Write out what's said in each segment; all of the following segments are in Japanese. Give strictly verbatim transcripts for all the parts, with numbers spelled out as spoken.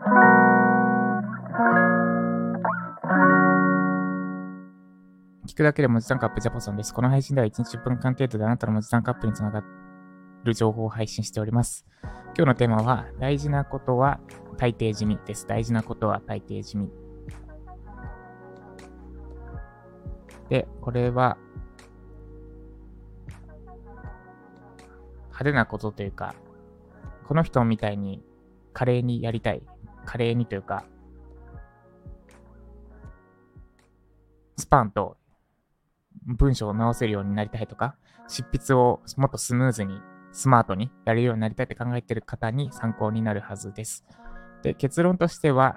聞くだけで文字単価アップジャパソンです。この配信ではいちにちじゅっぷんかん程度であなたの文字単価アップにつながる情報を配信しております。今日のテーマは、大事なことは大抵地味です。大事なことは大抵地味。で、これは、派手なことというか、この人みたいに華麗にやりたい。華麗にというか、スパンと文章を直せるようになりたいとか、執筆をもっとスムーズに、スマートにやれるようになりたいって考えている方に参考になるはずです。で、結論としては、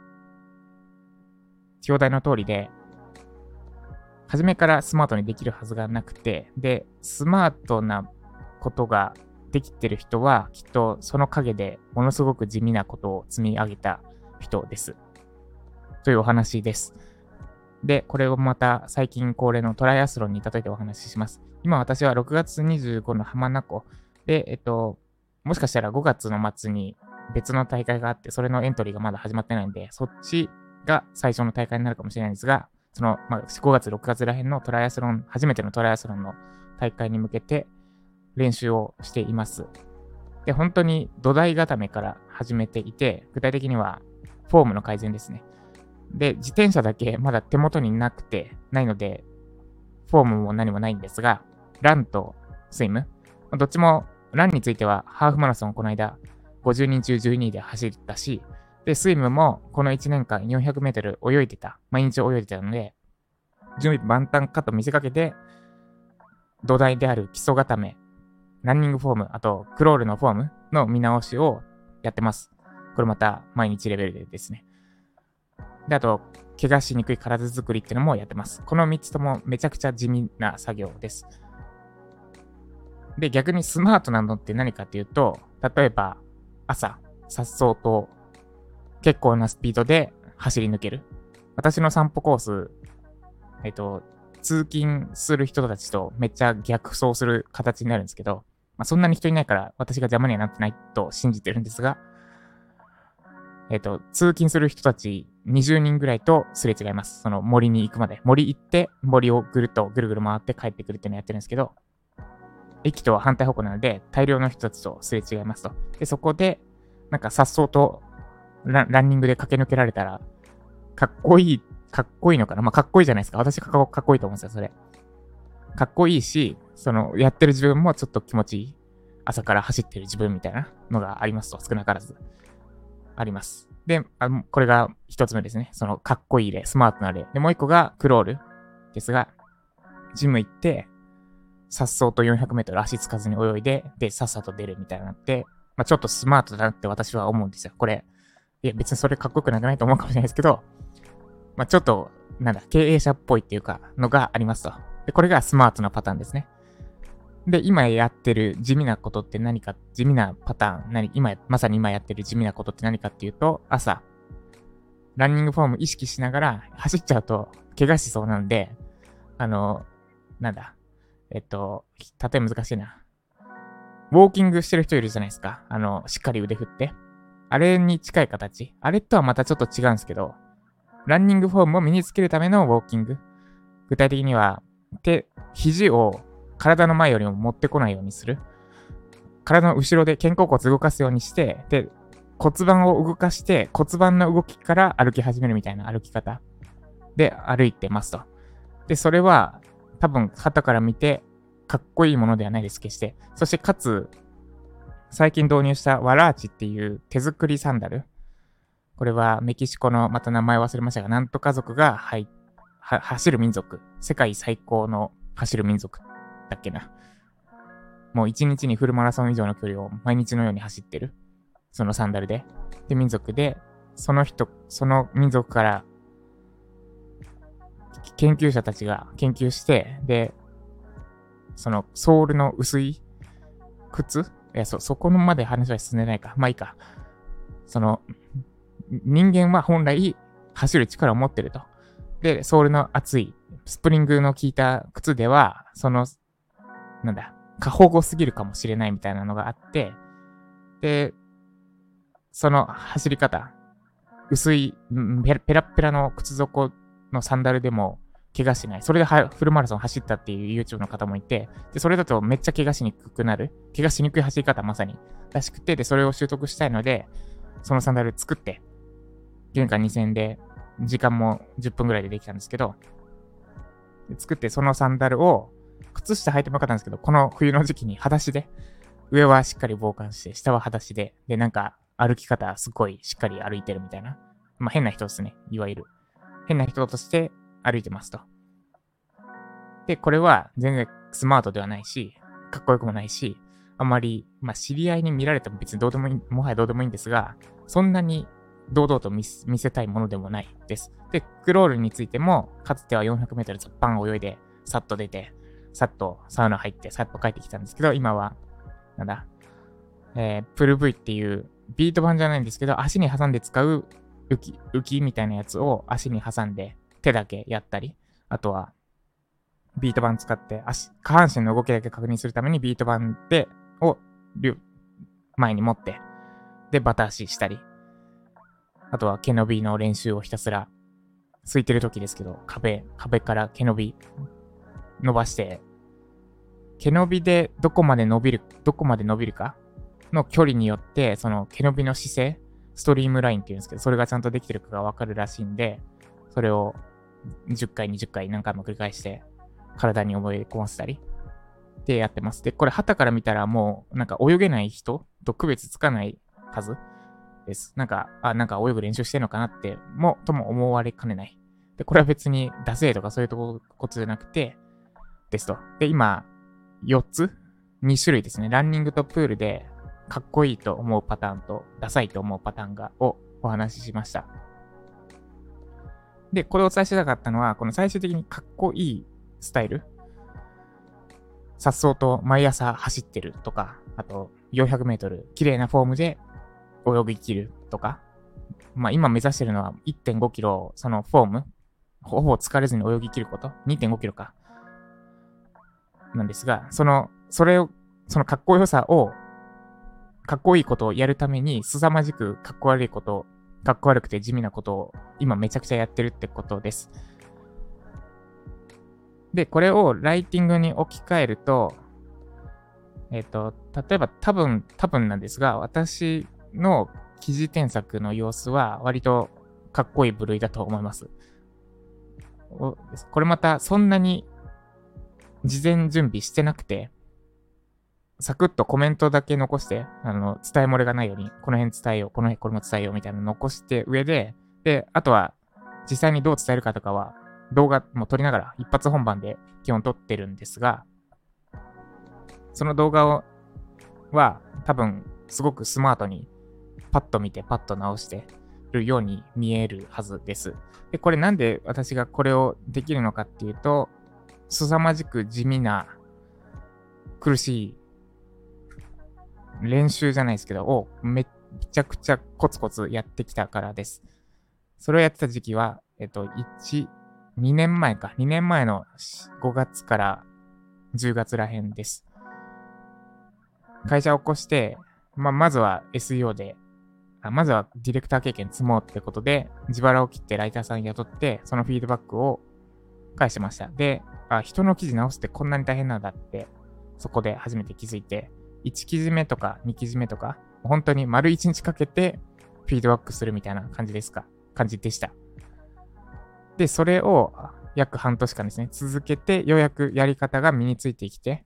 表題の通りで、初めからスマートにできるはずがなくて、で、スマートなことができてる人は、きっとその陰でものすごく地味なことを積み上げた人です。というお話です。で、これをまた最近恒例のトライアスロンに例えてお話しします。今私はろくがつにじゅうごの浜名湖で、えっと、もしかしたらごがつの末に別の大会があって、それのエントリーがまだ始まってないんで、そっちが最初の大会になるかもしれないんですが、その、まあ、ごがつ、ろくがつらへんのトライアスロン、初めてのトライアスロンの大会に向けて練習をしています。で、本当に土台固めから始めていて、具体的にはフォームの改善ですね。で、自転車だけまだ手元になくて、ないので、フォームも何もないんですが、ランとスイム、どっちも、ランについてはハーフマラソンこの間ごじゅうにん中じゅうにいで走ったし、で、スイムもこのいちねんかんよんひゃくメートル泳いでた、毎日泳いでたので、準備万端かと見せかけて、土台である基礎固め、ランニングフォーム、あとクロールのフォームの見直しをやってます。これまた毎日レベルでですね。で、あと、怪我しにくい体作りっていうのもやってます。このみっつともめちゃくちゃ地味な作業です。で、逆にスマートなのって何かっていうと、例えば、朝、颯爽と結構なスピードで走り抜ける。私の散歩コース、えっと、通勤する人たちとめっちゃ逆走する形になるんですけど、まあ、そんなに人いないから私が邪魔にはなってないと信じてるんですが、えっと、通勤する人たちにじゅうにんぐらいとすれ違います。その森に行くまで。森行って、森をぐるっとぐるぐる回って帰ってくるっていうのをやってるんですけど、駅とは反対方向なので、大量の人たちとすれ違いますと。で、そこで、なんか颯爽とラランニングで駆け抜けられたら、かっこいい、かっこいいのかなまあ、かっこいいじゃないですか。私かっこいいと思うんですよ、それ。かっこいいし、その、やってる自分もちょっと気持ちいい。朝から走ってる自分みたいなのがありますと、少なからず。あります。で、あこれが一つ目ですね。そのかっこいい例、スマートな例。で、もう一個がクロールですが、ジム行って、颯爽とよんひゃくメートル足つかずに泳いで、で、さっさと出るみたいなのって、まあ、ちょっとスマートだなって私は思うんですよ。これ、いや別にそれかっこよくなくないと思うかもしれないですけど、まあ、ちょっと、なんだ、経営者っぽいっていうか、のがありますと。で、これがスマートなパターンですね。で、今やってる地味なことって何か、地味なパターン、何、今、まさに今やってる地味なことって何かっていうと、朝、ランニングフォーム意識しながら走っちゃうと、怪我しそうなんで、あの、なんだ、えっと、例え難しいな。ウォーキングしてる人いるじゃないですか。あの、しっかり腕振って。あれに近い形。あれとはまたちょっと違うんですけど、ランニングフォームを身につけるためのウォーキング。具体的には、手、肘を体の前よりも持ってこないようにする。体の後ろで肩甲骨動かすようにして、で、骨盤を動かして骨盤の動きから歩き始めるみたいな歩き方で歩いてますと。で、それは多分肩から見てかっこいいものではないです、決して。そしてかつ、最近導入したワラーチっていう手作りサンダル。これはメキシコの、また名前忘れましたが、なんとか族がはいは走る民族。世界最高の走る民族だっけな。もう一日にフルマラソン以上の距離を毎日のように走ってる。そのサンダルで。で、民族で、その人、その民族から研究者たちが研究して、で、そのソールの薄い靴いや、そ、そこまで話は進んでないか。まあいいか。その、人間は本来走る力を持ってると。で、ソールの厚い、スプリングの効いた靴では、その、なんだ、過保護すぎるかもしれないみたいなのがあって、で、その走り方、 薄い、ペラペラペラの靴底のサンダルでも怪我しない。それでフルマラソン走ったっていう YouTube の方もいて、で、それだとめっちゃ怪我しにくくなる。怪我しにくい走り方まさにらしくて、で、それを習得したいので、そのサンダル作って、原価にせんえんで、時間もじゅっぷんぐらいでできたんですけど、作ってそのサンダルを、靴下履いてもよかったんですけど、この冬の時期に裸足で、上はしっかり防寒して、下は裸足で、で、なんか歩き方すごいしっかり歩いてるみたいな。まあ変な人ですね、いわゆる。変な人として歩いてますと。で、これは全然スマートではないし、かっこよくもないし、あんまり、まあ知り合いに見られても別にどうでもいい、もはやどうでもいいんですが、そんなに堂々と見せたいものでもないです。で、クロールについても、かつてはよんひゃくメートルザッパン泳いで、さっと出て、さっとサウナ入って、さっと帰ってきたんですけど、今は、なんだ、えー、プル V っていうビート板じゃないんですけど、足に挟んで使う浮き、浮きみたいなやつを足に挟んで手だけやったり、あとはビート板使って足、下半身の動きだけ確認するためにビート板で、を前に持って、で、バタ足したり、あとは毛伸びの練習をひたすら、空いてる時ですけど、壁、壁から毛伸び伸ばして、毛伸びでどこまで伸びる、どこまで伸びるかの距離によって、その毛伸びの姿勢、ストリームラインっていうんですけど、それがちゃんとできてるかがわかるらしいんで、それをじゅっかい、にじゅっかい何回も繰り返して、体に覚え込ませたり、ってやってます。で、これ、旗から見たらもう、なんか泳げない人と区別つかないはずです。なんか、あ、なんか泳ぐ練習してるのかなって、も、とも思われかねない。で、これは別に、ダセーとかそういうとこことじゃなくて、ですと。で、今、よっつ ?に 種類ですね。ランニングとプールで、かっこいいと思うパターンと、ダサいと思うパターンが、をお話ししました。で、これをお伝えしたかったのは、この最終的にかっこいいスタイル。颯爽と毎朝走ってるとか、あとよんひゃくメートル綺麗なフォームで泳ぎ切るとか、まあ今目指してるのは いってんごキロそのフォーム、ほぼ疲れずに泳ぎ切ること、にてんごキロか。なんですが、その、それを、そのかっこよさを、かっこいいことをやるために、凄まじくかっこ悪いことを、かっこ悪くて地味なことを今めちゃくちゃやってるってことです。で、これをライティングに置き換えると、えっと、例えば多分、多分なんですが、私の記事添削の様子は割とかっこいい部類だと思います。これまたそんなに事前準備してなくて、サクッとコメントだけ残して、あの、伝え漏れがないように、この辺伝えよう、この辺これも伝えようみたいなの残して上で、で、あとは実際にどう伝えるかとかは動画も撮りながら一発本番で基本撮ってるんですが、その動画をは多分すごくスマートにパッと見てパッと直してるように見えるはずです。で、これなんで私がこれをできるのかっていうと、凄まじく地味な苦しい練習じゃないですけど、をめちゃくちゃコツコツやってきたからです。それをやってた時期は、えっと、いち、にねんまえか。にねんまえのごがつからじゅうがつらへんです。会社を起こして、まあ、まずは エスイーオー で、あまずはディレクター経験積もうってことで、自腹を切ってライターさん雇って、そのフィードバックを返してました。で、あ、人の記事直すってこんなに大変なんだって、そこで初めて気づいて、いち記事目とかに記事目とか、本当に丸いちにちかけてフィードバックするみたいな感じですか、感じでした。で、それを約半年間ですね、続けて、ようやくやり方が身についてきて、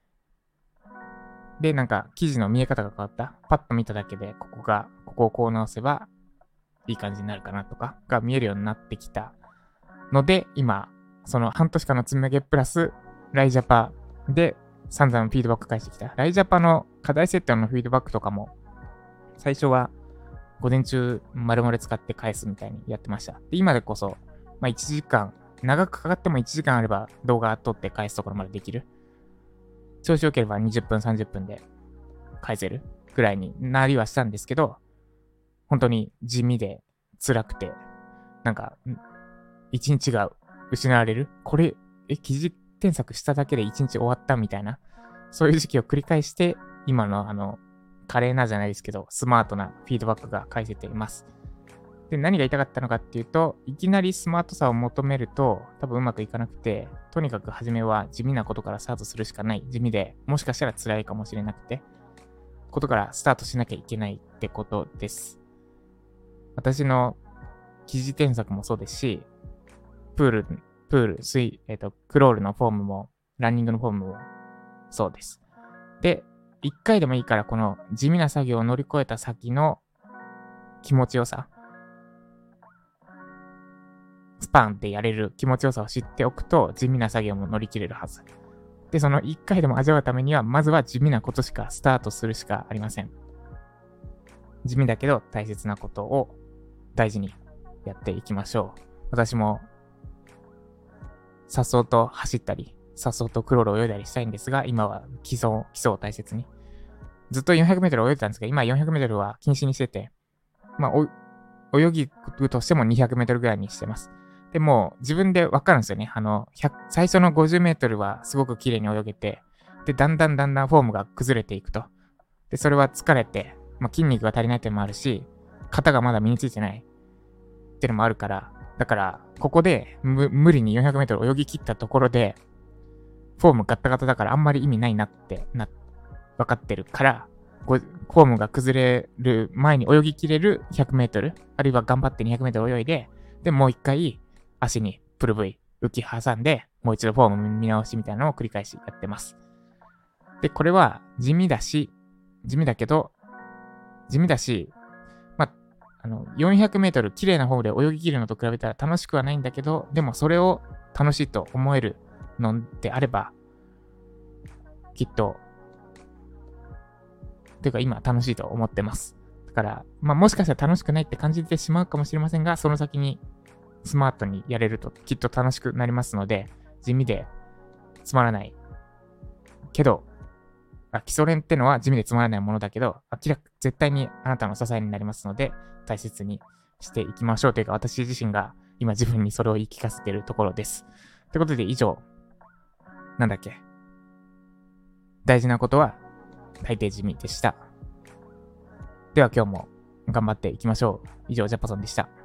で、なんか記事の見え方が変わった。パッと見ただけで、ここが、ここをこう直せばいい感じになるかなとかが見えるようになってきたので、今、その半年間の積み上げプラス、ライジャパで散々フィードバック返してきた。ライジャパの課題設定のフィードバックとかも、最初は午前中丸々使って返すみたいにやってました。で、今でこそ、まあいちじかん、長くかかってもいちじかんあれば動画撮って返すところまでできる。調子良ければにじゅっぷん、さんじゅっぷんで返せるくらいになりはしたんですけど、本当に地味で辛くて、なんか、一日が失われる。これ、え、記事添削しただけで一日終わったみたいな、そういう時期を繰り返して、今のあの、華麗なじゃないですけど、スマートなフィードバックが返せています。 で、何が言いたかったのかっていうと、いきなりスマートさを求めると多分うまくいかなくて、とにかく初めは地味なことからスタートするしかない。地味で、もしかしたら辛いかもしれなくて、ことからスタートしなきゃいけないってことです。私の記事添削もそうですし、プール、プール、水、えっと、クロールのフォームも、ランニングのフォームもそうです。で、一回でもいいからこの地味な作業を乗り越えた先の気持ちよさ、スパンってやれる気持ちよさを知っておくと地味な作業も乗り切れるはず。で、その一回でも味わうためには、まずは地味なことしかスタートするしかありません。地味だけど大切なことを大事にやっていきましょう。私も、さっそうと走ったり、さっそうとクロールを泳いだりしたいんですが、今は基礎を、基礎を大切に。ずっとよんひゃくメートル泳いでたんですが、今よんひゃくメートルは禁止にしてて、まあ、泳ぎとしてもにひゃくメートルぐらいにしてます。でも、自分でわかるんですよね。あの、最初のごじゅうメートルはすごく綺麗に泳げて、で、だんだんだんだんフォームが崩れていくと。で、それは疲れて、まあ、筋肉が足りないっていうのもあるし、型がまだ身についてないっていうのもあるから、だから、ここで無理によんひゃくメートル泳ぎ切ったところで、フォームガッタガタだからあんまり意味ないなってな、分かってるから、フォームが崩れる前に泳ぎ切れるひゃくメートル、あるいは頑張ってにひゃくメートル泳いで、で、もう一回、足にプル V、浮き挟んで、もう一度フォーム見直しみたいなのを繰り返しやってます。で、これは地味だし、地味だけど、地味だし、まあ、あの、よんひゃくメートル綺麗な方で泳ぎ切るのと比べたら楽しくはないんだけど、でもそれを楽しいと思えるのであれば、きっと、というか今楽しいと思ってます。だから、まあもしかしたら楽しくないって感じてしまうかもしれませんが、その先にスマートにやれるときっと楽しくなりますので、地味でつまらない。けど、あ基礎練ってのは地味でつまらないものだけど、明らか絶対にあなたの支えになりますので、大切にしていきましょうというか、私自身が今自分にそれを言い聞かせているところです。ということで以上、なんだっけ。大事なことは大抵地味でした。では今日も頑張っていきましょう。以上、ジャパソンでした。